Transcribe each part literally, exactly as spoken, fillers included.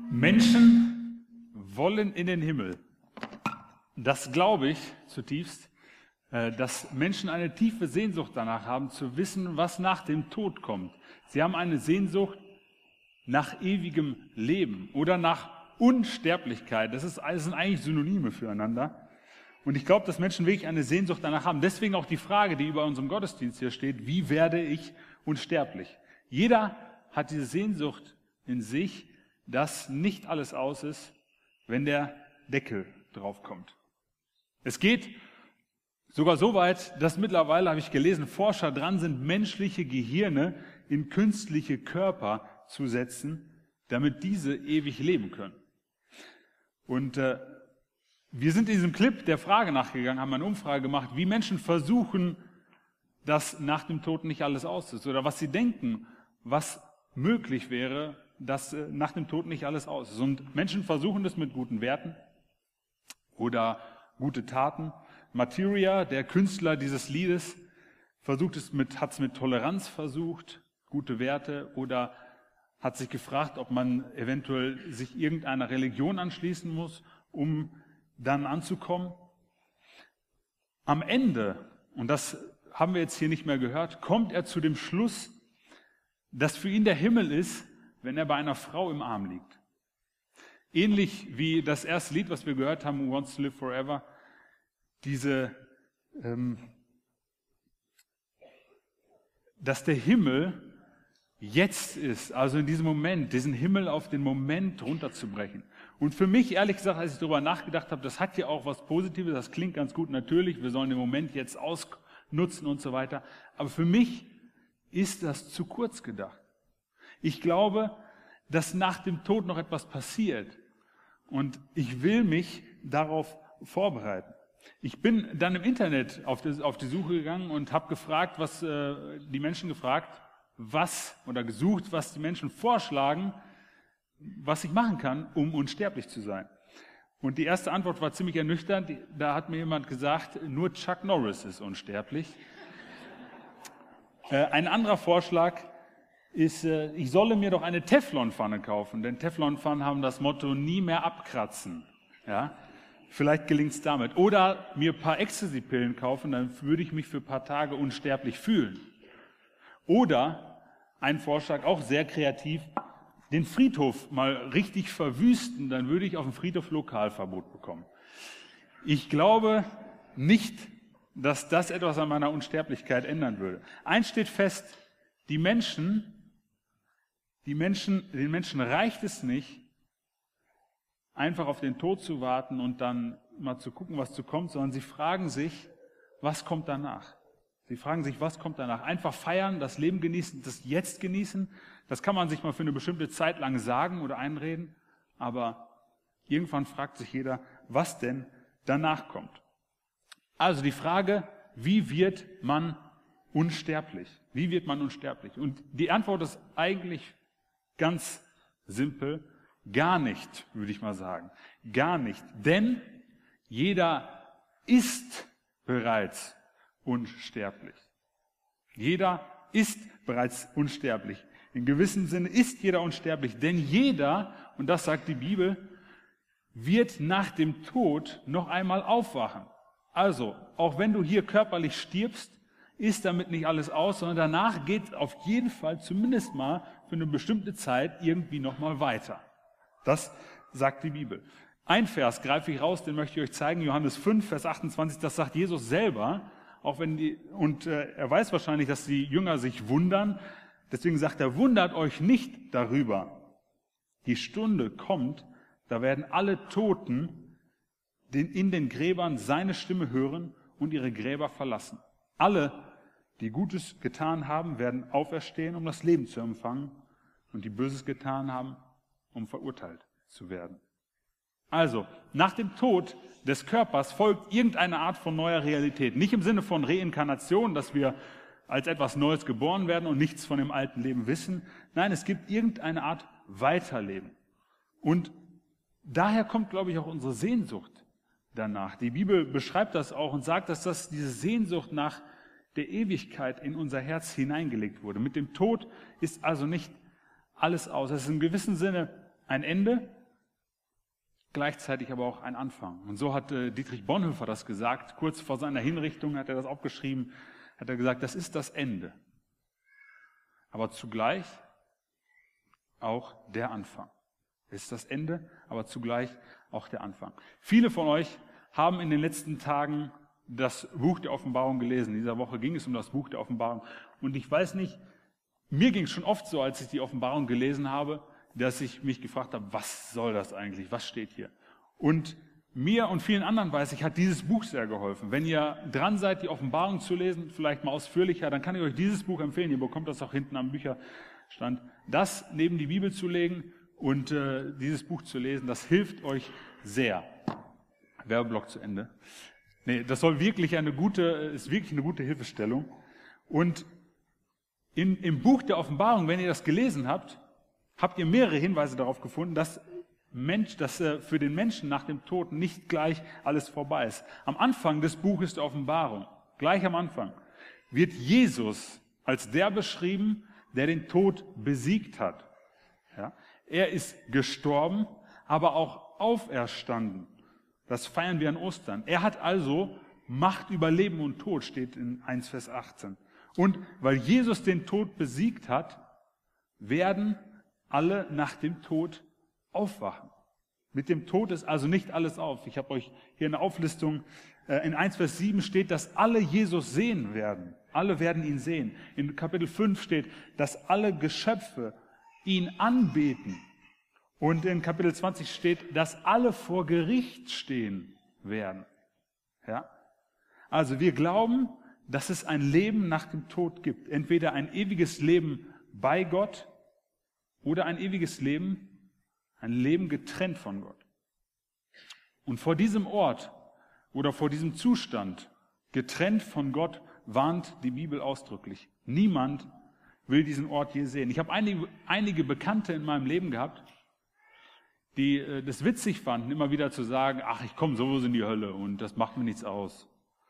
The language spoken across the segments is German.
Menschen wollen in den Himmel. Das glaube ich zutiefst, dass Menschen eine tiefe Sehnsucht danach haben, zu wissen, was nach dem Tod kommt. Sie haben eine Sehnsucht nach ewigem Leben oder nach Unsterblichkeit. Das, ist, das sind eigentlich Synonyme füreinander. Und ich glaube, dass Menschen wirklich eine Sehnsucht danach haben. Deswegen auch die Frage, die über unserem Gottesdienst hier steht: Wie werde ich unsterblich? Jeder hat diese Sehnsucht in sich, dass nicht alles aus ist, wenn der Deckel drauf kommt. Es geht sogar so weit, dass mittlerweile, habe ich gelesen, Forscher dran sind, menschliche Gehirne in künstliche Körper zu setzen, damit diese ewig leben können. Und äh, wir sind in diesem Clip der Frage nachgegangen, haben eine Umfrage gemacht, wie Menschen versuchen, dass nach dem Tod nicht alles aus ist, oder was sie denken, was möglich wäre, dass äh, nach dem Tod nicht alles aus ist. Und Menschen versuchen das mit guten Werten oder gute Taten. Materia, der Künstler dieses Liedes, versucht es mit, hat es mit Toleranz versucht, gute Werte, oder hat sich gefragt, ob man eventuell sich irgendeiner Religion anschließen muss, um dann anzukommen. Am Ende, und das haben wir jetzt hier nicht mehr gehört, kommt er zu dem Schluss, dass für ihn der Himmel ist, wenn er bei einer Frau im Arm liegt. Ähnlich wie das erste Lied, was wir gehört haben, Who Wants to Live Forever, diese, ähm, dass der Himmel jetzt ist, also in diesem Moment, diesen Himmel auf den Moment runterzubrechen. Und für mich, ehrlich gesagt, als ich darüber nachgedacht habe, das hat ja auch was Positives, das klingt ganz gut, natürlich, wir sollen den Moment jetzt ausnutzen und so weiter, aber für mich ist das zu kurz gedacht. Ich glaube, dass nach dem Tod noch etwas passiert und ich will mich darauf vorbereiten. Ich bin dann im Internet auf die, auf die Suche gegangen und habe gefragt, was äh, die Menschen gefragt, was oder gesucht, was die Menschen vorschlagen, was ich machen kann, um unsterblich zu sein. Und die erste Antwort war ziemlich ernüchternd. Da hat mir jemand gesagt, nur Chuck Norris ist unsterblich. äh, ein anderer Vorschlag ist, äh, ich solle mir doch eine Teflonpfanne kaufen, denn Teflonpfannen haben das Motto, nie mehr abkratzen. Ja? Vielleicht gelingt es damit. Oder mir ein paar Ecstasy-Pillen kaufen, dann würde ich mich für ein paar Tage unsterblich fühlen. Oder ein Vorschlag, auch sehr kreativ, den Friedhof mal richtig verwüsten, dann würde ich auf dem Friedhof Lokalverbot bekommen. Ich glaube nicht, dass das etwas an meiner Unsterblichkeit ändern würde. Eins steht fest, die Menschen, die Menschen, den Menschen reicht es nicht, einfach auf den Tod zu warten und dann mal zu gucken, was zu kommt, sondern sie fragen sich, was kommt danach? Sie fragen sich, was kommt danach? Einfach feiern, das Leben genießen, das Jetzt genießen. Das kann man sich mal für eine bestimmte Zeit lang sagen oder einreden. Aber irgendwann fragt sich jeder, was denn danach kommt. Also die Frage, wie wird man unsterblich? Wie wird man unsterblich? Und die Antwort ist eigentlich ganz simpel. Gar nicht, würde ich mal sagen. Gar nicht. Denn jeder ist bereits unsterblich. Jeder ist bereits unsterblich. In gewissem Sinne ist jeder unsterblich, denn jeder, und das sagt die Bibel, wird nach dem Tod noch einmal aufwachen. Also, auch wenn du hier körperlich stirbst, ist damit nicht alles aus, sondern danach geht auf jeden Fall zumindest mal für eine bestimmte Zeit irgendwie nochmal weiter. Das sagt die Bibel. Ein Vers greife ich raus, den möchte ich euch zeigen, Johannes fünf, Vers achtundzwanzig, das sagt Jesus selber. Auch wenn die, und äh, er weiß wahrscheinlich, dass die Jünger sich wundern. Deswegen sagt er, wundert euch nicht darüber. Die Stunde kommt, da werden alle Toten den, in den Gräbern seine Stimme hören und ihre Gräber verlassen. Alle, die Gutes getan haben, werden auferstehen, um das Leben zu empfangen. Und die Böses getan haben, um verurteilt zu werden. Also, nach dem Tod des Körpers folgt irgendeine Art von neuer Realität. Nicht im Sinne von Reinkarnation, dass wir als etwas Neues geboren werden und nichts von dem alten Leben wissen. Nein, es gibt irgendeine Art Weiterleben. Und daher kommt, glaube ich, auch unsere Sehnsucht danach. Die Bibel beschreibt das auch und sagt, dass das, diese Sehnsucht nach der Ewigkeit in unser Herz hineingelegt wurde. Mit dem Tod ist also nicht alles aus. Es ist in gewissem Sinne ein Ende, gleichzeitig aber auch ein Anfang. Und so hat äh, Dietrich Bonhoeffer das gesagt. Kurz vor seiner Hinrichtung hat er das aufgeschrieben, hat er gesagt, das ist das Ende. Aber zugleich auch der Anfang. Es ist das Ende, aber zugleich auch der Anfang. Viele von euch haben in den letzten Tagen das Buch der Offenbarung gelesen. In dieser Woche ging es um das Buch der Offenbarung. Und ich weiß nicht, mir ging es schon oft so, als ich die Offenbarung gelesen habe, dass ich mich gefragt habe, was soll das eigentlich? Was steht hier? Und mir und vielen anderen, weiß ich, hat dieses Buch sehr geholfen. Wenn ihr dran seid, die Offenbarung zu lesen, vielleicht mal ausführlicher, dann kann ich euch dieses Buch empfehlen. Ihr bekommt das auch hinten am Bücherstand. Das neben die Bibel zu legen und äh, dieses Buch zu lesen, das hilft euch sehr. Werbeblock zu Ende. Nee, das soll wirklich eine gute, ist wirklich eine gute Hilfestellung. Und in, im Buch der Offenbarung, wenn ihr das gelesen habt, habt ihr mehrere Hinweise darauf gefunden, dass, Mensch, dass äh, für den Menschen nach dem Tod nicht gleich alles vorbei ist. Am Anfang des Buches der Offenbarung, gleich am Anfang, wird Jesus als der beschrieben, der den Tod besiegt hat. Ja? Er ist gestorben, aber auch auferstanden. Das feiern wir an Ostern. Er hat also Macht über Leben und Tod, steht in eins Vers achtzehn. Und weil Jesus den Tod besiegt hat, werden alle nach dem Tod aufwachen. Mit dem Tod ist also nicht alles auf. Ich habe euch hier eine Auflistung. In eins Vers sieben steht, dass alle Jesus sehen werden. Alle werden ihn sehen. In Kapitel fünf steht, dass alle Geschöpfe ihn anbeten. Und in Kapitel zwanzig steht, dass alle vor Gericht stehen werden. Ja? Also wir glauben, dass es ein Leben nach dem Tod gibt. Entweder ein ewiges Leben bei Gott oder ein ewiges Leben, ein Leben getrennt von Gott. Und vor diesem Ort oder vor diesem Zustand, getrennt von Gott, warnt die Bibel ausdrücklich. Niemand will diesen Ort je sehen. Ich habe einige, einige Bekannte in meinem Leben gehabt, die äh, das witzig fanden, immer wieder zu sagen, ach, ich komme sowieso in die Hölle und das macht mir nichts aus.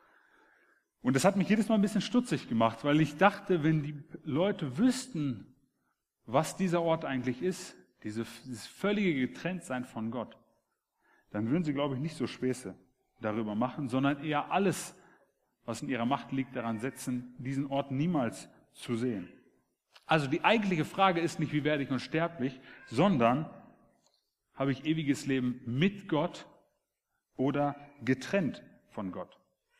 Und das hat mich jedes Mal ein bisschen stutzig gemacht, weil ich dachte, wenn die Leute wüssten, was dieser Ort eigentlich ist, diese, dieses völlige Getrenntsein von Gott, dann würden sie, glaube ich, nicht so Späße darüber machen, sondern eher alles, was in ihrer Macht liegt, daran setzen, diesen Ort niemals zu sehen. Also die eigentliche Frage ist nicht, wie werde ich unsterblich, sondern habe ich ewiges Leben mit Gott oder getrennt von Gott.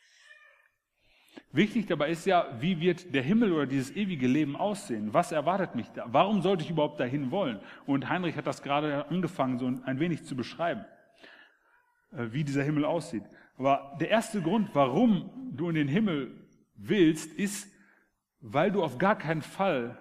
Wichtig dabei ist ja, wie wird der Himmel oder dieses ewige Leben aussehen? Was erwartet mich da? Warum sollte ich überhaupt dahin wollen? Und Heinrich hat das gerade angefangen, so ein wenig zu beschreiben, wie dieser Himmel aussieht. Aber der erste Grund, warum du in den Himmel willst, ist, weil du auf gar keinen Fall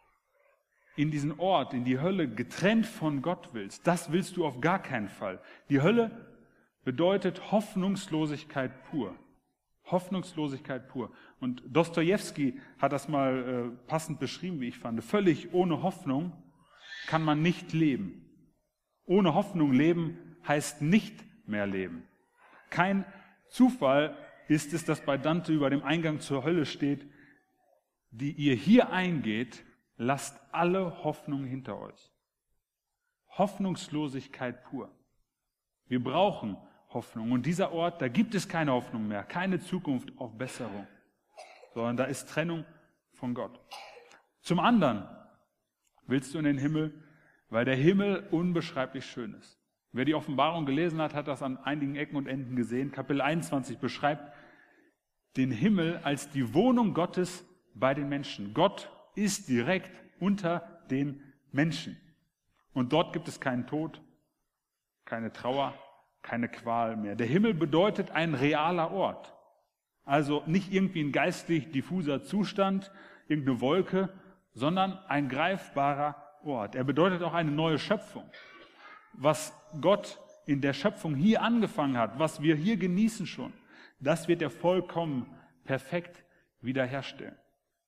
in diesen Ort, in die Hölle, getrennt von Gott willst. Das willst du auf gar keinen Fall. Die Hölle bedeutet Hoffnungslosigkeit pur. Hoffnungslosigkeit pur. Und Dostojewski hat das mal äh, passend beschrieben, wie ich fand. Völlig ohne Hoffnung kann man nicht leben. Ohne Hoffnung leben heißt nicht mehr leben. Kein Zufall ist es, dass bei Dante über dem Eingang zur Hölle steht, die ihr hier eingeht, lasst alle Hoffnung hinter euch. Hoffnungslosigkeit pur. Wir brauchen Hoffnung. Und dieser Ort, da gibt es keine Hoffnung mehr, keine Zukunft auf Besserung, sondern da ist Trennung von Gott. Zum anderen willst du in den Himmel, weil der Himmel unbeschreiblich schön ist. Wer die Offenbarung gelesen hat, hat das an einigen Ecken und Enden gesehen. Kapitel einundzwanzig beschreibt den Himmel als die Wohnung Gottes bei den Menschen. Gott ist direkt unter den Menschen. Und dort gibt es keinen Tod, keine Trauer, keine Qual mehr. Der Himmel bedeutet ein realer Ort. Also nicht irgendwie ein geistlich diffuser Zustand, irgendeine Wolke, sondern ein greifbarer Ort. Er bedeutet auch eine neue Schöpfung. Was Gott in der Schöpfung hier angefangen hat, was wir hier genießen schon, das wird er vollkommen perfekt wiederherstellen.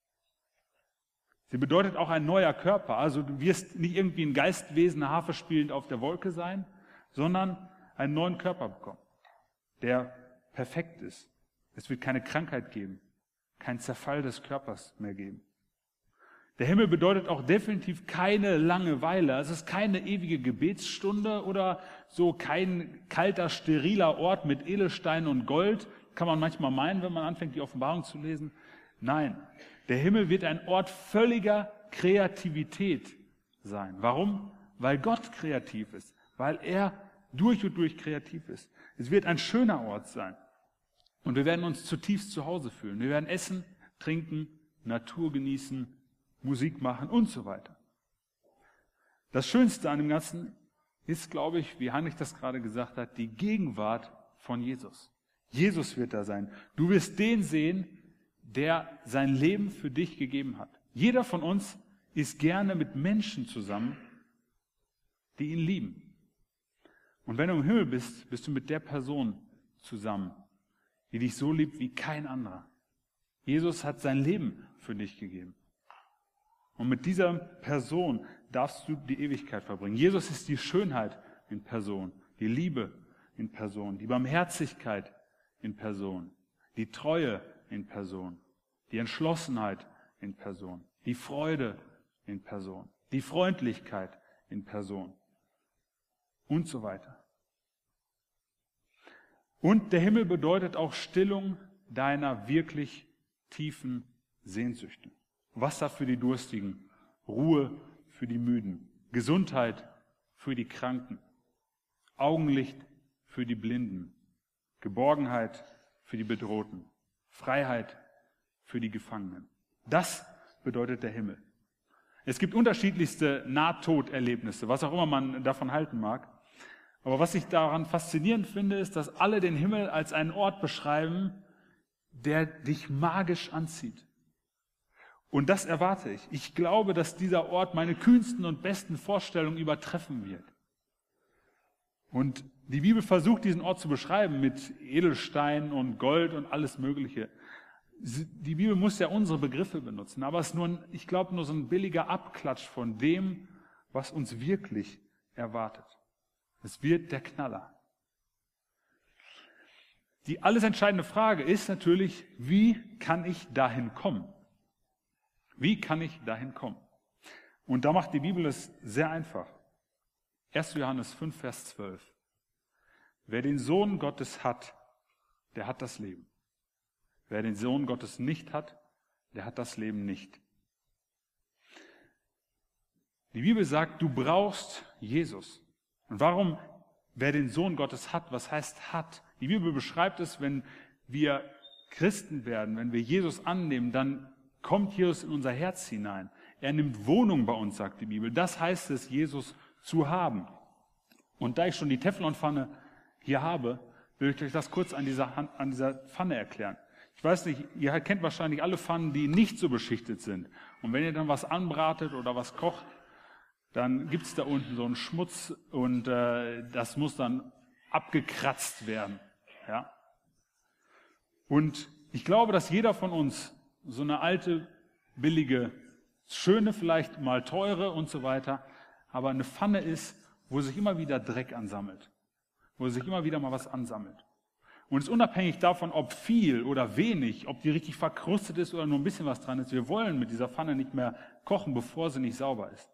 Sie bedeutet auch ein neuer Körper. Also du wirst nicht irgendwie ein Geistwesen, Harfe spielend auf der Wolke sein, sondern einen neuen Körper bekommen, der perfekt ist. Es wird keine Krankheit geben, keinen Zerfall des Körpers mehr geben. Der Himmel bedeutet auch definitiv keine Langeweile. Es ist keine ewige Gebetsstunde oder so kein kalter, steriler Ort mit Edelsteinen und Gold. Kann man manchmal meinen, wenn man anfängt, die Offenbarung zu lesen. Nein, der Himmel wird ein Ort völliger Kreativität sein. Warum? Weil Gott kreativ ist, weil er durch und durch kreativ ist. Es wird ein schöner Ort sein. Und wir werden uns zutiefst zu Hause fühlen. Wir werden essen, trinken, Natur genießen, Musik machen und so weiter. Das Schönste an dem Ganzen ist, glaube ich, wie Heinrich das gerade gesagt hat, die Gegenwart von Jesus. Jesus wird da sein. Du wirst den sehen, der sein Leben für dich gegeben hat. Jeder von uns ist gerne mit Menschen zusammen, die ihn lieben. Und wenn du im Himmel bist, bist du mit der Person zusammen, die dich so liebt wie kein anderer. Jesus hat sein Leben für dich gegeben. Und mit dieser Person darfst du die Ewigkeit verbringen. Jesus ist die Schönheit in Person, die Liebe in Person, die Barmherzigkeit in Person, die Treue in Person, die Entschlossenheit in Person, die Freude in Person, die Freundlichkeit in Person und so weiter. Und der Himmel bedeutet auch Stillung deiner wirklich tiefen Sehnsüchte. Wasser für die Durstigen, Ruhe für die Müden, Gesundheit für die Kranken, Augenlicht für die Blinden, Geborgenheit für die Bedrohten, Freiheit für die Gefangenen. Das bedeutet der Himmel. Es gibt unterschiedlichste Nahtoderlebnisse, was auch immer man davon halten mag. Aber was ich daran faszinierend finde, ist, dass alle den Himmel als einen Ort beschreiben, der dich magisch anzieht. Und das erwarte ich. Ich glaube, dass dieser Ort meine kühnsten und besten Vorstellungen übertreffen wird. Und die Bibel versucht, diesen Ort zu beschreiben mit Edelstein und Gold und alles Mögliche. Die Bibel muss ja unsere Begriffe benutzen, aber es ist nur, ein, ich glaube, nur so ein billiger Abklatsch von dem, was uns wirklich erwartet. Es wird der Knaller. Die alles entscheidende Frage ist natürlich, wie kann ich dahin kommen? Wie kann ich dahin kommen? Und da macht die Bibel es sehr einfach. erster Johannes fünf, Vers zwölf. Wer den Sohn Gottes hat, der hat das Leben. Wer den Sohn Gottes nicht hat, der hat das Leben nicht. Die Bibel sagt, du brauchst Jesus. Und warum, wer den Sohn Gottes hat, was heißt hat? Die Bibel beschreibt es, wenn wir Christen werden, wenn wir Jesus annehmen, dann kommt Jesus in unser Herz hinein. Er nimmt Wohnung bei uns, sagt die Bibel. Das heißt es, Jesus zu haben. Und da ich schon die Teflonpfanne hier habe, will ich euch das kurz an dieser, an dieser Pfanne erklären. Ich weiß nicht, ihr kennt wahrscheinlich alle Pfannen, die nicht so beschichtet sind. Und wenn ihr dann was anbratet oder was kocht, dann gibt es da unten so einen Schmutz und äh, das muss dann abgekratzt werden. Ja? Und ich glaube, dass jeder von uns so eine alte, billige, schöne, vielleicht mal teure und so weiter, aber eine Pfanne ist, wo sich immer wieder Dreck ansammelt, wo sich immer wieder mal was ansammelt. Und es ist unabhängig davon, ob viel oder wenig, ob die richtig verkrustet ist oder nur ein bisschen was dran ist. Wir wollen mit dieser Pfanne nicht mehr kochen, bevor sie nicht sauber ist.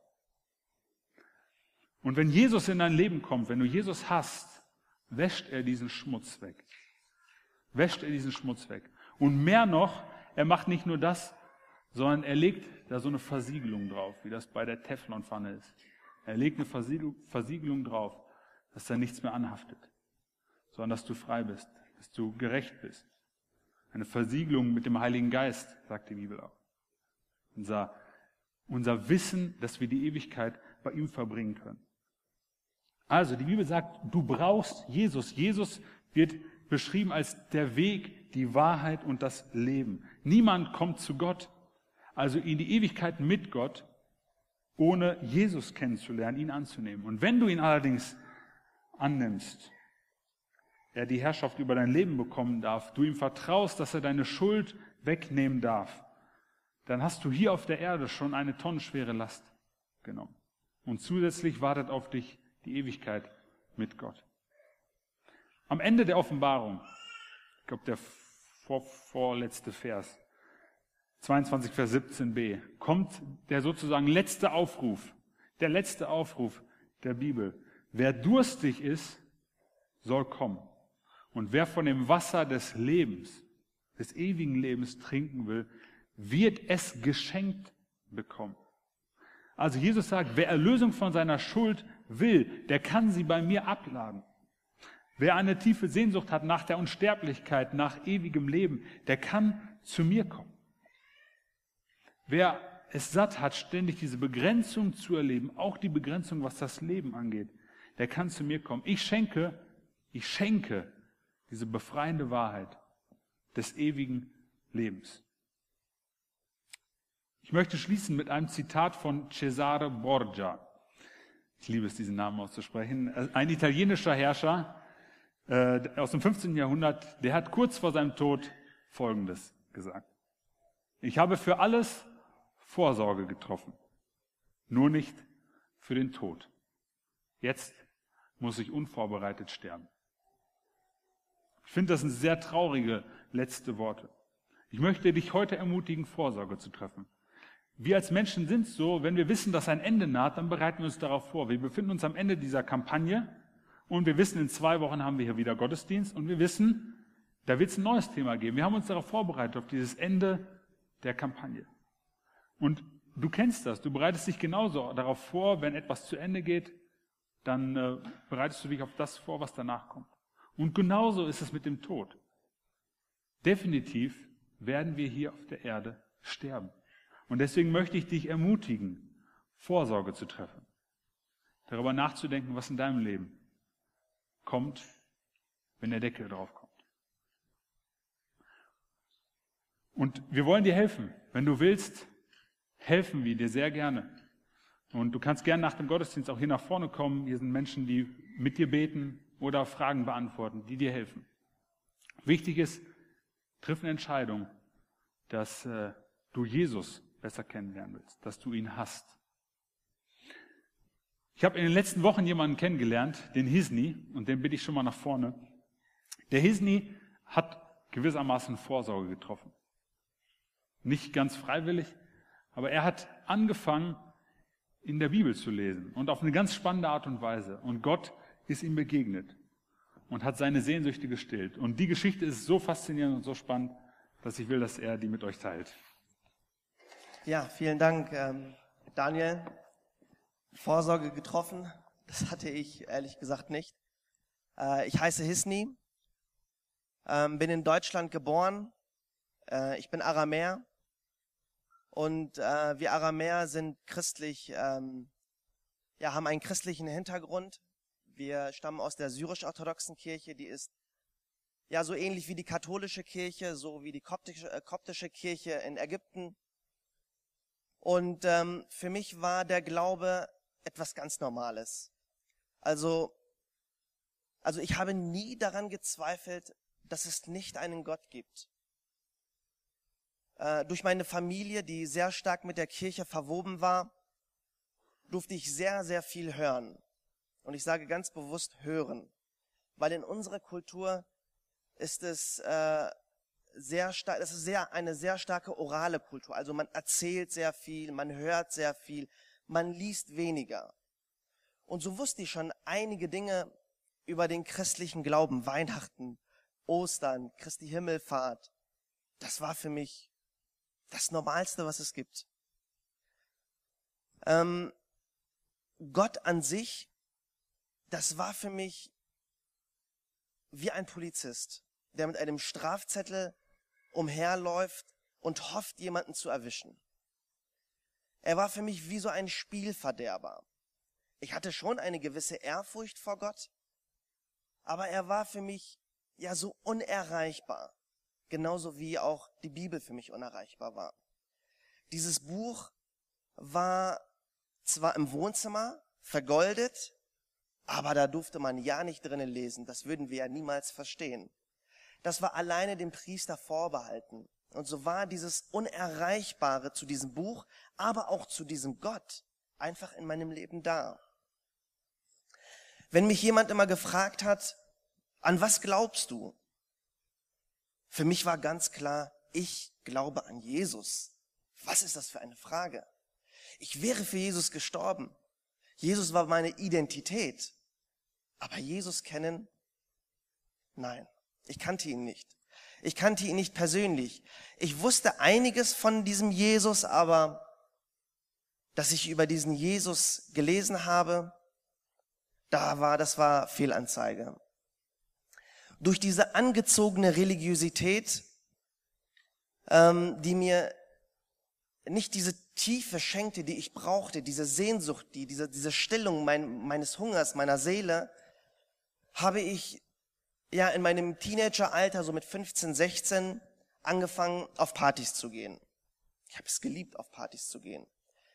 Und wenn Jesus in dein Leben kommt, wenn du Jesus hast, wäscht er diesen Schmutz weg. Wäscht er diesen Schmutz weg. Und mehr noch, er macht nicht nur das, sondern er legt da so eine Versiegelung drauf, wie das bei der Teflonpfanne ist. Er legt eine Versiegelung drauf, dass da nichts mehr anhaftet, sondern dass du frei bist, dass du gerecht bist. Eine Versiegelung mit dem Heiligen Geist, sagt die Bibel auch. Unser, unser Wissen, dass wir die Ewigkeit bei ihm verbringen können. Also, die Bibel sagt, du brauchst Jesus. Jesus wird beschrieben als der Weg, die Wahrheit und das Leben. Niemand kommt zu Gott, also in die Ewigkeit mit Gott, ohne Jesus kennenzulernen, ihn anzunehmen. Und wenn du ihn allerdings annimmst, er die Herrschaft über dein Leben bekommen darf, du ihm vertraust, dass er deine Schuld wegnehmen darf, dann hast du hier auf der Erde schon eine tonnenschwere Last genommen. Und zusätzlich wartet auf dich die Ewigkeit mit Gott. Am Ende der Offenbarung, ich glaube der vor, vorletzte Vers, zweiundzwanzig, Vers siebzehn b, kommt der sozusagen letzte Aufruf, der letzte Aufruf der Bibel. Wer durstig ist, soll kommen. Und wer von dem Wasser des Lebens, des ewigen Lebens trinken will, wird es geschenkt bekommen. Also Jesus sagt, wer Erlösung von seiner Schuld will, der kann sie bei mir abladen. Wer eine tiefe Sehnsucht hat nach der Unsterblichkeit, nach ewigem Leben, der kann zu mir kommen. Wer es satt hat, ständig diese Begrenzung zu erleben, auch die Begrenzung, was das Leben angeht, der kann zu mir kommen. Ich schenke, ich schenke diese befreiende Wahrheit des ewigen Lebens. Ich möchte schließen mit einem Zitat von Cesare Borgia. Ich liebe es, diesen Namen auszusprechen. Ein italienischer Herrscher äh, aus dem fünfzehnten Jahrhundert, der hat kurz vor seinem Tod Folgendes gesagt. Ich habe für alles Vorsorge getroffen, nur nicht für den Tod. Jetzt muss ich unvorbereitet sterben. Ich finde, das sind sehr traurige letzte Worte. Ich möchte dich heute ermutigen, Vorsorge zu treffen. Wir als Menschen sind so, wenn wir wissen, dass ein Ende naht, dann bereiten wir uns darauf vor. Wir befinden uns am Ende dieser Kampagne und wir wissen, in zwei Wochen haben wir hier wieder Gottesdienst und wir wissen, da wird es ein neues Thema geben. Wir haben uns darauf vorbereitet, auf dieses Ende der Kampagne. Und du kennst das, du bereitest dich genauso darauf vor, wenn etwas zu Ende geht, dann äh, bereitest du dich auf das vor, was danach kommt. Und genauso ist es mit dem Tod. Definitiv werden wir hier auf der Erde sterben. Und deswegen möchte ich dich ermutigen, Vorsorge zu treffen. Darüber nachzudenken, was in deinem Leben kommt, wenn der Deckel drauf kommt. Und wir wollen dir helfen. Wenn du willst, helfen wir dir sehr gerne. Und du kannst gerne nach dem Gottesdienst auch hier nach vorne kommen. Hier sind Menschen, die mit dir beten oder Fragen beantworten, die dir helfen. Wichtig ist, triff eine Entscheidung, dass äh, du Jesus besser kennenlernen willst, dass du ihn hast. Ich habe in den letzten Wochen jemanden kennengelernt, den Hisni, und den bitte ich schon mal nach vorne. Der Hisni hat gewissermaßen Vorsorge getroffen. Nicht ganz freiwillig, aber er hat angefangen, in der Bibel zu lesen und auf eine ganz spannende Art und Weise. Und Gott ist ihm begegnet und hat seine Sehnsüchte gestillt. Und die Geschichte ist so faszinierend und so spannend, dass ich will, dass er die mit euch teilt. Ja, vielen Dank, ähm, Daniel. Vorsorge getroffen, das hatte ich ehrlich gesagt nicht. Äh, ich heiße Hisni, ähm, bin in Deutschland geboren. Äh, ich bin Aramäer. Und äh, wir Aramäer sind christlich, ähm, ja, haben einen christlichen Hintergrund. Wir stammen aus der syrisch-orthodoxen Kirche, die ist ja so ähnlich wie die katholische Kirche, so wie die koptische, äh, koptische Kirche in Ägypten. Und ähm, für mich war der Glaube etwas ganz Normales. Also, also ich habe nie daran gezweifelt, dass es nicht einen Gott gibt. Äh, durch meine Familie, die sehr stark mit der Kirche verwoben war, durfte ich sehr, sehr viel hören. Und ich sage ganz bewusst hören, weil in unserer Kultur ist es äh, sehr stark, das ist sehr eine sehr starke orale Kultur. Also man erzählt sehr viel, man hört sehr viel, man liest weniger. Und so wusste ich schon einige Dinge über den christlichen Glauben, Weihnachten, Ostern, Christi Himmelfahrt. Das war für mich das Normalste, was es gibt. Ähm, Gott an sich, das war für mich wie ein Polizist, der mit einem Strafzettel umherläuft und hofft, jemanden zu erwischen. Er war für mich wie so ein Spielverderber. Ich hatte schon eine gewisse Ehrfurcht vor Gott, aber er war für mich ja so unerreichbar, genauso wie auch die Bibel für mich unerreichbar war. Dieses Buch war zwar im Wohnzimmer vergoldet, aber da durfte man ja nicht drinnen lesen, das würden wir ja niemals verstehen. Das war alleine dem Priester vorbehalten. Und so war dieses Unerreichbare zu diesem Buch, aber auch zu diesem Gott einfach in meinem Leben da. Wenn mich jemand immer gefragt hat, an was glaubst du? Für mich war ganz klar, ich glaube an Jesus. Was ist das für eine Frage? Ich wäre für Jesus gestorben. Jesus war meine Identität. Aber Jesus kennen? Nein, ich kannte ihn nicht. Ich kannte ihn nicht persönlich. Ich wusste einiges von diesem Jesus, aber dass ich über diesen Jesus gelesen habe, da war, das war Fehlanzeige. Durch diese angezogene Religiosität, ähm, die mir nicht diese Tiefe schenkte, die ich brauchte, diese Sehnsucht, die, diese, diese Stillung mein, meines Hungers, meiner Seele, habe ich ja in meinem Teenageralter, so mit fünfzehn, sechzehn, angefangen, auf Partys zu gehen. Ich habe es geliebt, auf Partys zu gehen.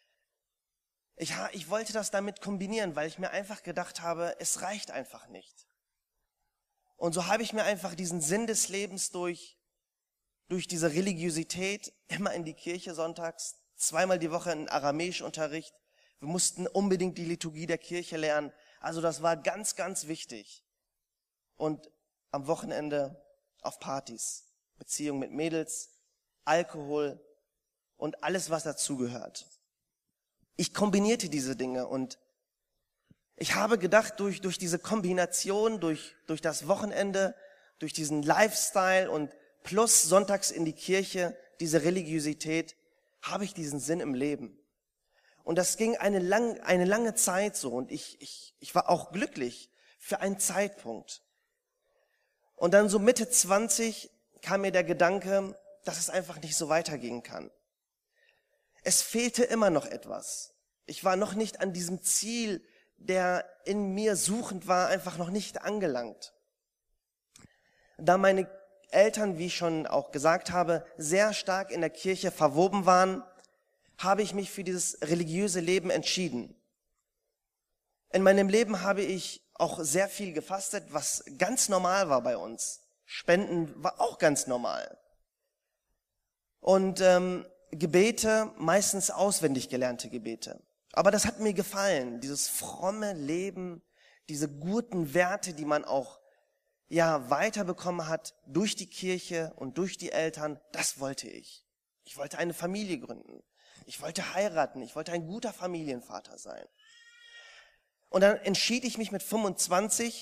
Ich, ich wollte das damit kombinieren, weil ich mir einfach gedacht habe, es reicht einfach nicht. Und so habe ich mir einfach diesen Sinn des Lebens durch, durch diese Religiosität immer in die Kirche sonntags, zweimal die Woche in Aramäischunterricht. Wir mussten unbedingt die Liturgie der Kirche lernen. Also das war ganz, ganz wichtig. Und am Wochenende auf Partys, Beziehung mit Mädels, Alkohol und alles, was dazugehört. Ich kombinierte diese Dinge und ich habe gedacht, durch, durch diese Kombination, durch, durch das Wochenende, durch diesen Lifestyle und plus sonntags in die Kirche, diese Religiosität, habe ich diesen Sinn im Leben. Und das ging eine, lang, eine lange Zeit so und ich, ich, ich war auch glücklich für einen Zeitpunkt. Und dann so Mitte zwanzig kam mir der Gedanke, dass es einfach nicht so weitergehen kann. Es fehlte immer noch etwas. Ich war noch nicht an diesem Ziel, der in mir suchend war, einfach noch nicht angelangt. Da meine Eltern, wie ich schon auch gesagt habe, sehr stark in der Kirche verwoben waren, habe ich mich für dieses religiöse Leben entschieden. In meinem Leben habe ich auch sehr viel gefastet, was ganz normal war bei uns. Spenden war auch ganz normal. Und ähm, Gebete, meistens auswendig gelernte Gebete. Aber das hat mir gefallen, dieses fromme Leben, diese guten Werte, die man auch ja weiterbekommen hat durch die Kirche und durch die Eltern, das wollte ich. Ich wollte eine Familie gründen. Ich wollte heiraten. Ich wollte ein guter Familienvater sein. Und dann entschied ich mich mit fünfundzwanzig,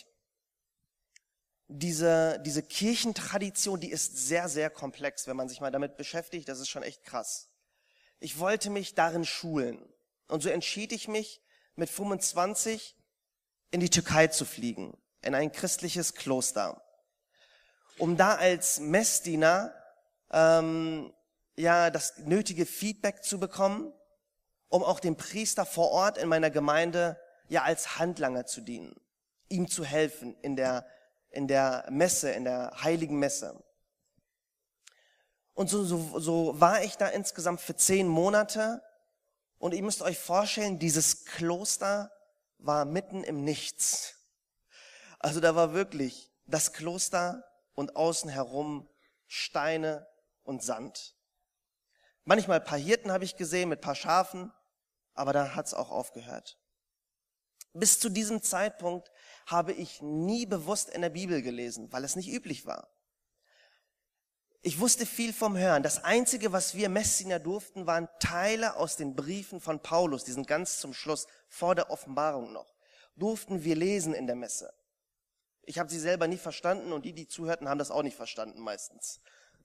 diese, diese Kirchentradition, die ist sehr, sehr komplex, wenn man sich mal damit beschäftigt, das ist schon echt krass. Ich wollte mich darin schulen. Und so entschied ich mich, mit fünfundzwanzig in die Türkei zu fliegen, in ein christliches Kloster, um da als Messdiener ähm, ja das nötige Feedback zu bekommen, um auch dem Priester vor Ort in meiner Gemeinde ja als Handlanger zu dienen, ihm zu helfen in der in der Messe, in der heiligen Messe. Und so, so, so war ich da insgesamt für zehn Monate. Und ihr müsst euch vorstellen, dieses Kloster war mitten im Nichts. Also da war wirklich das Kloster und außen herum Steine und Sand. Manchmal ein paar Hirten habe ich gesehen mit ein paar Schafen, aber dann hat's auch aufgehört. Bis zu diesem Zeitpunkt habe ich nie bewusst in der Bibel gelesen, weil es nicht üblich war. Ich wusste viel vom Hören. Das Einzige, was wir Messdiener durften, waren Teile aus den Briefen von Paulus, die sind ganz zum Schluss, vor der Offenbarung noch, durften wir lesen in der Messe. Ich habe sie selber nie verstanden und die, die zuhörten, haben das auch nicht verstanden meistens.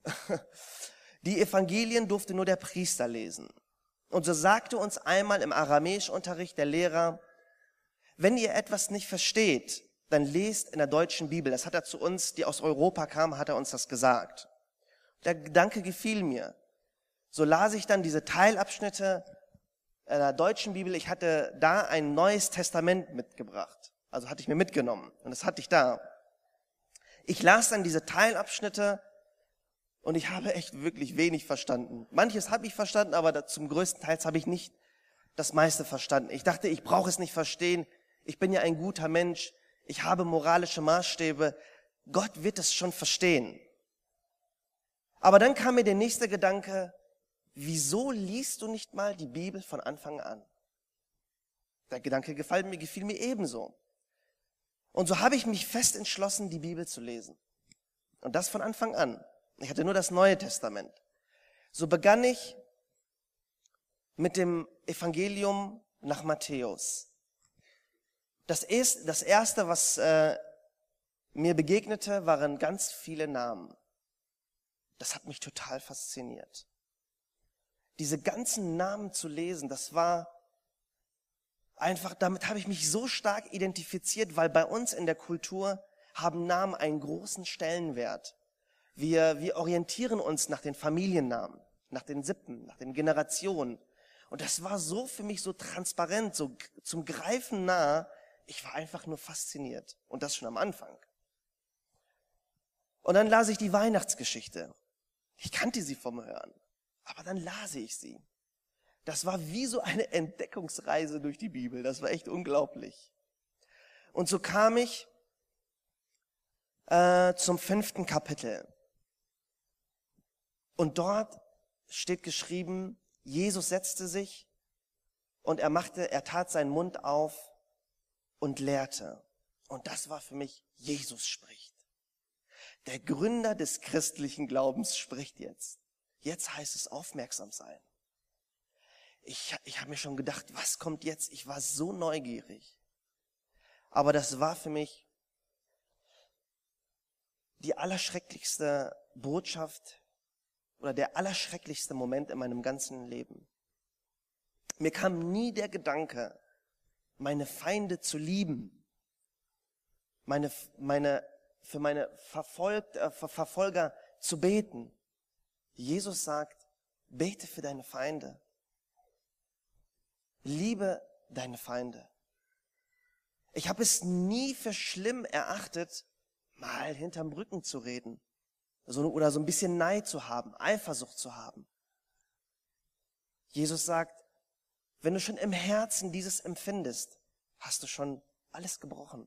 Die Evangelien durfte nur der Priester lesen. Und so sagte uns einmal im Aramäischunterricht der Lehrer, wenn ihr etwas nicht versteht, dann lest in der deutschen Bibel. Das hat er zu uns, die aus Europa kamen, hat er uns das gesagt. Der Gedanke gefiel mir. So las ich dann diese Teilabschnitte der deutschen Bibel. Ich hatte da ein neues Testament mitgebracht. Also hatte ich mir mitgenommen. Und das hatte ich da. Ich las dann diese Teilabschnitte und ich habe echt wirklich wenig verstanden. Manches habe ich verstanden, aber zum größten Teil habe ich nicht das meiste verstanden. Ich dachte, ich brauche es nicht verstehen. Ich bin ja ein guter Mensch. Ich habe moralische Maßstäbe. Gott wird es schon verstehen. Aber dann kam mir der nächste Gedanke, wieso liest du nicht mal die Bibel von Anfang an? Der Gedanke gefiel mir, gefiel mir ebenso. Und so habe ich mich fest entschlossen, die Bibel zu lesen. Und das von Anfang an. Ich hatte nur das Neue Testament. So begann ich mit dem Evangelium nach Matthäus. Das, ist, das erste, was äh, mir begegnete, waren ganz viele Namen. Das hat mich total fasziniert. Diese ganzen Namen zu lesen, das war einfach, damit habe ich mich so stark identifiziert, weil bei uns in der Kultur haben Namen einen großen Stellenwert. Wir, wir orientieren uns nach den Familiennamen, nach den Sippen, nach den Generationen. Und das war so für mich so transparent, so zum Greifen nah. Ich war einfach nur fasziniert. Und das schon am Anfang. Und dann las ich die Weihnachtsgeschichte. Ich kannte sie vom Hören. Aber dann las ich sie. Das war wie so eine Entdeckungsreise durch die Bibel. Das war echt unglaublich. Und so kam ich äh, zum fünften Kapitel. Und dort steht geschrieben, Jesus setzte sich und er machte, er tat seinen Mund auf und lehrte. Und das war für mich, Jesus spricht. Der Gründer des christlichen Glaubens spricht jetzt. Jetzt heißt es aufmerksam sein. Ich, ich habe mir schon gedacht, was kommt jetzt? Ich war so neugierig. Aber das war für mich die allerschrecklichste Botschaft oder der allerschrecklichste Moment in meinem ganzen Leben. Mir kam nie der Gedanke, meine Feinde zu lieben, meine, meine, für meine Verfolg, äh, Verfolger zu beten. Jesus sagt, bete für deine Feinde. Liebe deine Feinde. Ich habe es nie für schlimm erachtet, mal hinterm Rücken zu reden. So, oder so ein bisschen Neid zu haben, Eifersucht zu haben. Jesus sagt, wenn du schon im Herzen dieses empfindest, hast du schon alles gebrochen.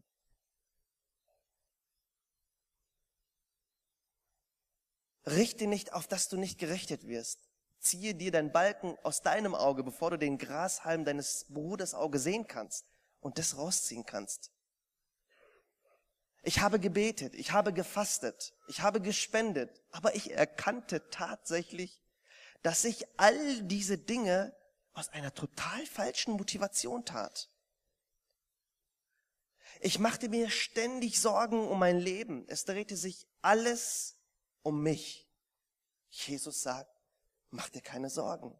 Richte nicht, auf dass du nicht gerichtet wirst. Ziehe dir deinen Balken aus deinem Auge, bevor du den Grashalm deines Bruders Auge sehen kannst und das rausziehen kannst. Ich habe gebetet, ich habe gefastet, ich habe gespendet, aber ich erkannte tatsächlich, dass ich all diese Dinge aus einer total falschen Motivation tat. Ich machte mir ständig Sorgen um mein Leben. Es drehte sich alles um mich. Jesus sagt, mach dir keine Sorgen.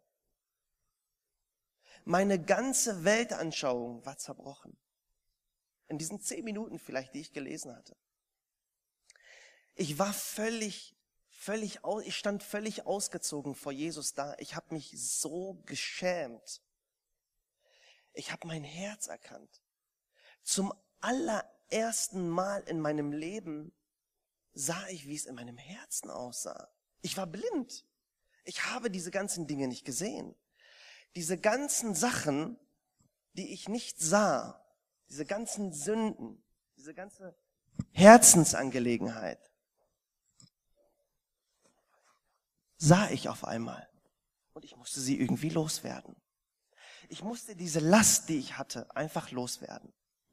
Meine ganze Weltanschauung war zerbrochen. In diesen zehn Minuten vielleicht, die ich gelesen hatte. Ich war völlig, völlig, ich stand völlig ausgezogen vor Jesus da. Ich habe mich so geschämt. Ich habe mein Herz erkannt. Zum allerersten Mal in meinem Leben sah ich, wie es in meinem Herzen aussah. Ich war blind. Ich habe diese ganzen Dinge nicht gesehen. Diese ganzen Sachen, die ich nicht sah, diese ganzen Sünden, diese ganze Herzensangelegenheit, sah ich auf einmal. Und ich musste sie irgendwie loswerden. Ich musste diese Last, die ich hatte, einfach loswerden.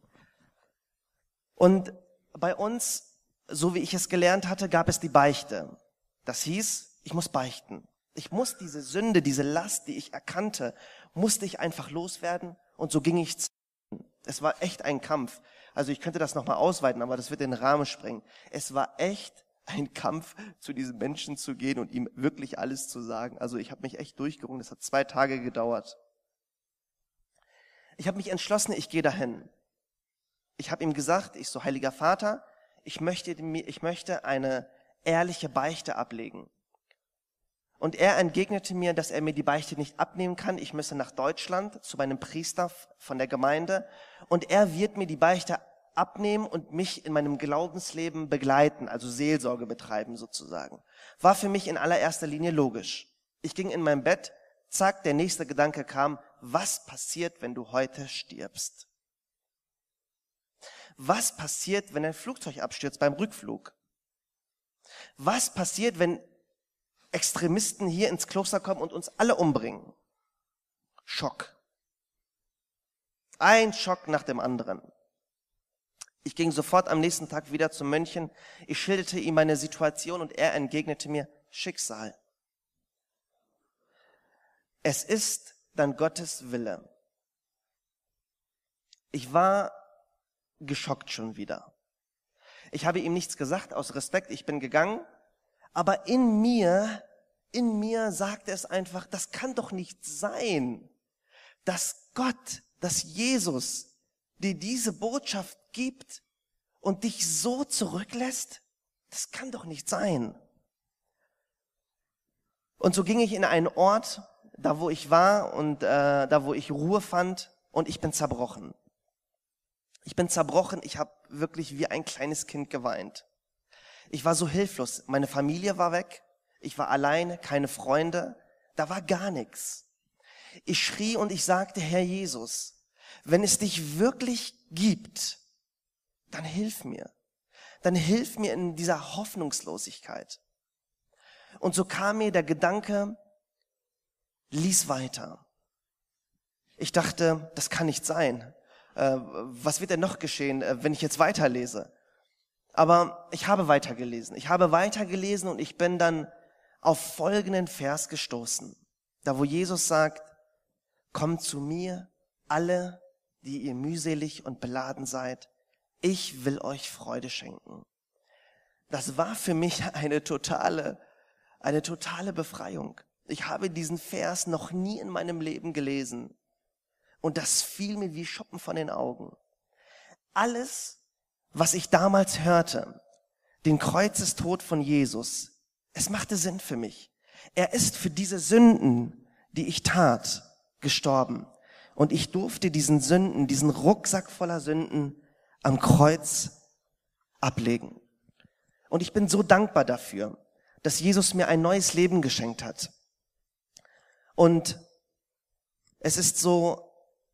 Und bei uns, so wie ich es gelernt hatte, gab es die Beichte. Das hieß, ich muss beichten. Ich muss diese Sünde, diese Last, die ich erkannte, musste ich einfach loswerden. Und so ging ich. Es war echt ein Kampf. Also ich könnte das nochmal ausweiten, aber das wird den Rahmen sprengen. Es war echt ein Kampf, zu diesem Menschen zu gehen und ihm wirklich alles zu sagen. Also ich habe mich echt durchgerungen. Das hat zwei Tage gedauert. Ich habe mich entschlossen, ich gehe dahin. Ich habe ihm gesagt, ich so, Heiliger Vater, ich möchte, ich möchte eine ehrliche Beichte ablegen. Und er entgegnete mir, dass er mir die Beichte nicht abnehmen kann. Ich müsse nach Deutschland zu meinem Priester von der Gemeinde und er wird mir die Beichte abnehmen und mich in meinem Glaubensleben begleiten, also Seelsorge betreiben sozusagen. War für mich in allererster Linie logisch. Ich ging in mein Bett, zack, der nächste Gedanke kam, was passiert, wenn du heute stirbst? Was passiert, wenn ein Flugzeug abstürzt beim Rückflug? Was passiert, wenn Extremisten hier ins Kloster kommen und uns alle umbringen? Schock. Ein Schock nach dem anderen. Ich ging sofort am nächsten Tag wieder zum Mönchen. Ich schilderte ihm meine Situation und er entgegnete mir, Schicksal. Es ist dann Gottes Wille. Ich war geschockt schon wieder. Ich habe ihm nichts gesagt, aus Respekt, ich bin gegangen. Aber in mir, in mir sagte es einfach, das kann doch nicht sein, dass Gott, dass Jesus dir diese Botschaft gibt und dich so zurücklässt. Das kann doch nicht sein. Und so ging ich in einen Ort, da wo ich war und äh, da wo ich Ruhe fand, und ich bin zerbrochen. Ich bin zerbrochen, ich habe wirklich wie ein kleines Kind geweint. Ich war so hilflos, meine Familie war weg, ich war alleine, keine Freunde, da war gar nichts. Ich schrie und ich sagte, Herr Jesus, wenn es dich wirklich gibt, dann hilf mir. Dann hilf mir in dieser Hoffnungslosigkeit. Und so kam mir der Gedanke, lies weiter. Ich dachte, das kann nicht sein. Äh, was wird denn noch geschehen, äh, wenn ich jetzt weiterlese? Aber ich habe weitergelesen. Ich habe weitergelesen und ich bin dann auf folgenden Vers gestoßen. Da wo Jesus sagt, kommt zu mir, alle, die ihr mühselig und beladen seid. Ich will euch Freude schenken. Das war für mich eine totale, eine totale Befreiung. Ich habe diesen Vers noch nie in meinem Leben gelesen. Und das fiel mir wie Schuppen von den Augen. Alles, was ich damals hörte, den Kreuzestod von Jesus, es machte Sinn für mich. Er ist für diese Sünden, die ich tat, gestorben. Und ich durfte diesen Sünden, diesen Rucksack voller Sünden am Kreuz ablegen. Und ich bin so dankbar dafür, dass Jesus mir ein neues Leben geschenkt hat. Und es ist so,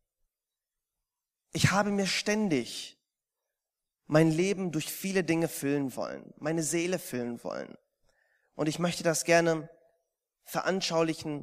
ich habe mir ständig mein Leben durch viele Dinge füllen wollen, meine Seele füllen wollen. Und ich möchte das gerne veranschaulichen.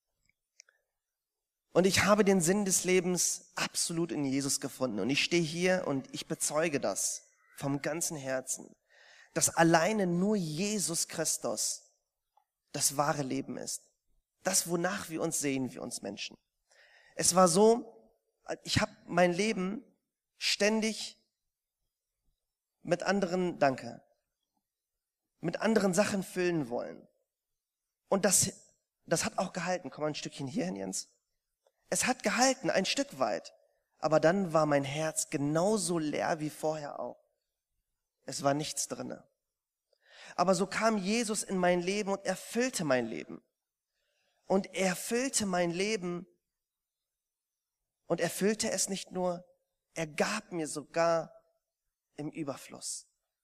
Und ich habe den Sinn des Lebens absolut in Jesus gefunden. Und ich stehe hier und ich bezeuge das vom ganzen Herzen, dass alleine nur Jesus Christus das wahre Leben ist. Das, wonach wir uns sehen, wir uns Menschen. Es war so, ich habe mein Leben ständig mit anderen, danke, mit anderen Sachen füllen wollen. Und das, das hat auch gehalten. Komm mal ein Stückchen hierhin, Jens. Es hat gehalten, ein Stück weit. Aber dann war mein Herz genauso leer wie vorher auch. Es war nichts drinne. Aber so kam Jesus in mein Leben und erfüllte mein Leben. Und er füllte mein Leben und er füllte es nicht nur, er gab mir sogar im Überfluss.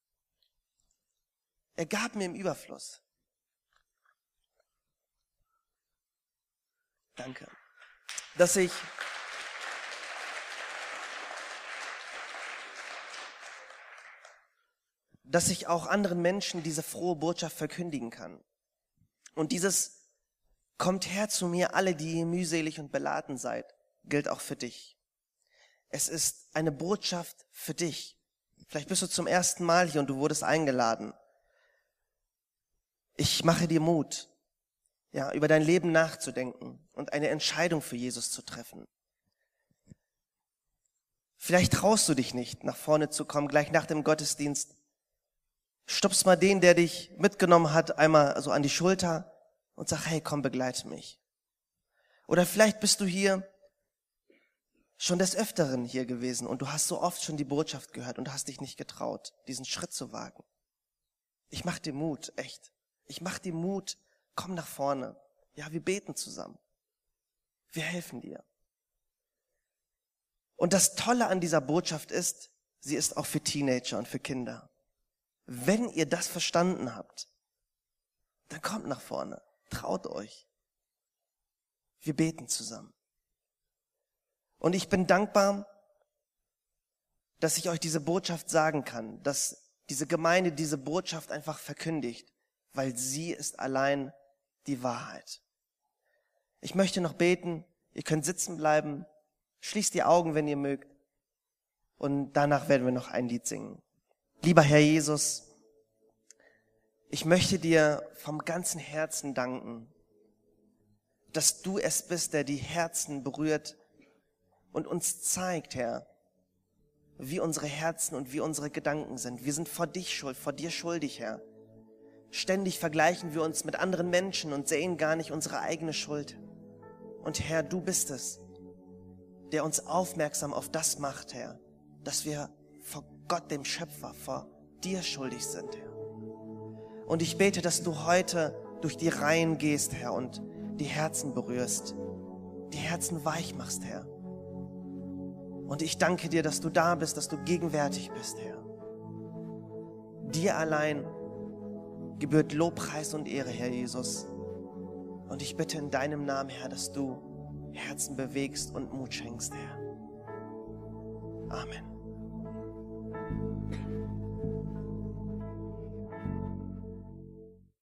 Er gab mir im Überfluss. Danke. Dass ich, dass ich auch anderen Menschen diese frohe Botschaft verkündigen kann. Und dieses kommt her zu mir, alle, die ihr mühselig und beladen seid, gilt auch für dich. Es ist eine Botschaft für dich. Vielleicht bist du zum ersten Mal hier und du wurdest eingeladen. Ich mache dir Mut, ja, über dein Leben nachzudenken und eine Entscheidung für Jesus zu treffen. Vielleicht traust du dich nicht, nach vorne zu kommen, gleich nach dem Gottesdienst. Stupst mal den, der dich mitgenommen hat, einmal so an die Schulter und sag, hey, komm, begleite mich. Oder vielleicht bist du hier schon des Öfteren hier gewesen und du hast so oft schon die Botschaft gehört und hast dich nicht getraut, diesen Schritt zu wagen. Ich mach dir Mut, echt. Ich mach dir Mut, komm nach vorne. Ja, wir beten zusammen. Wir helfen dir. Und das Tolle an dieser Botschaft ist, sie ist auch für Teenager und für Kinder. Wenn ihr das verstanden habt, dann kommt nach vorne. Traut euch. Wir beten zusammen. Und ich bin dankbar, dass ich euch diese Botschaft sagen kann, dass diese Gemeinde diese Botschaft einfach verkündigt, weil sie ist allein die Wahrheit. Ich möchte noch beten, ihr könnt sitzen bleiben, schließt die Augen, wenn ihr mögt, und danach werden wir noch ein Lied singen. Lieber Herr Jesus, ich möchte dir vom ganzen Herzen danken, dass du es bist, der die Herzen berührt und uns zeigt, Herr, wie unsere Herzen und wie unsere Gedanken sind. Wir sind vor dich schuld, vor dir schuldig, Herr. Ständig vergleichen wir uns mit anderen Menschen und sehen gar nicht unsere eigene Schuld. Und Herr, du bist es, der uns aufmerksam auf das macht, Herr, dass wir vor Gott, dem Schöpfer, vor dir schuldig sind, Herr. Und ich bete, dass du heute durch die Reihen gehst, Herr, und die Herzen berührst, die Herzen weich machst, Herr. Und ich danke dir, dass du da bist, dass du gegenwärtig bist, Herr. Dir allein gebührt Lobpreis und Ehre, Herr Jesus. Und ich bitte in deinem Namen, Herr, dass du Herzen bewegst und Mut schenkst, Herr. Amen.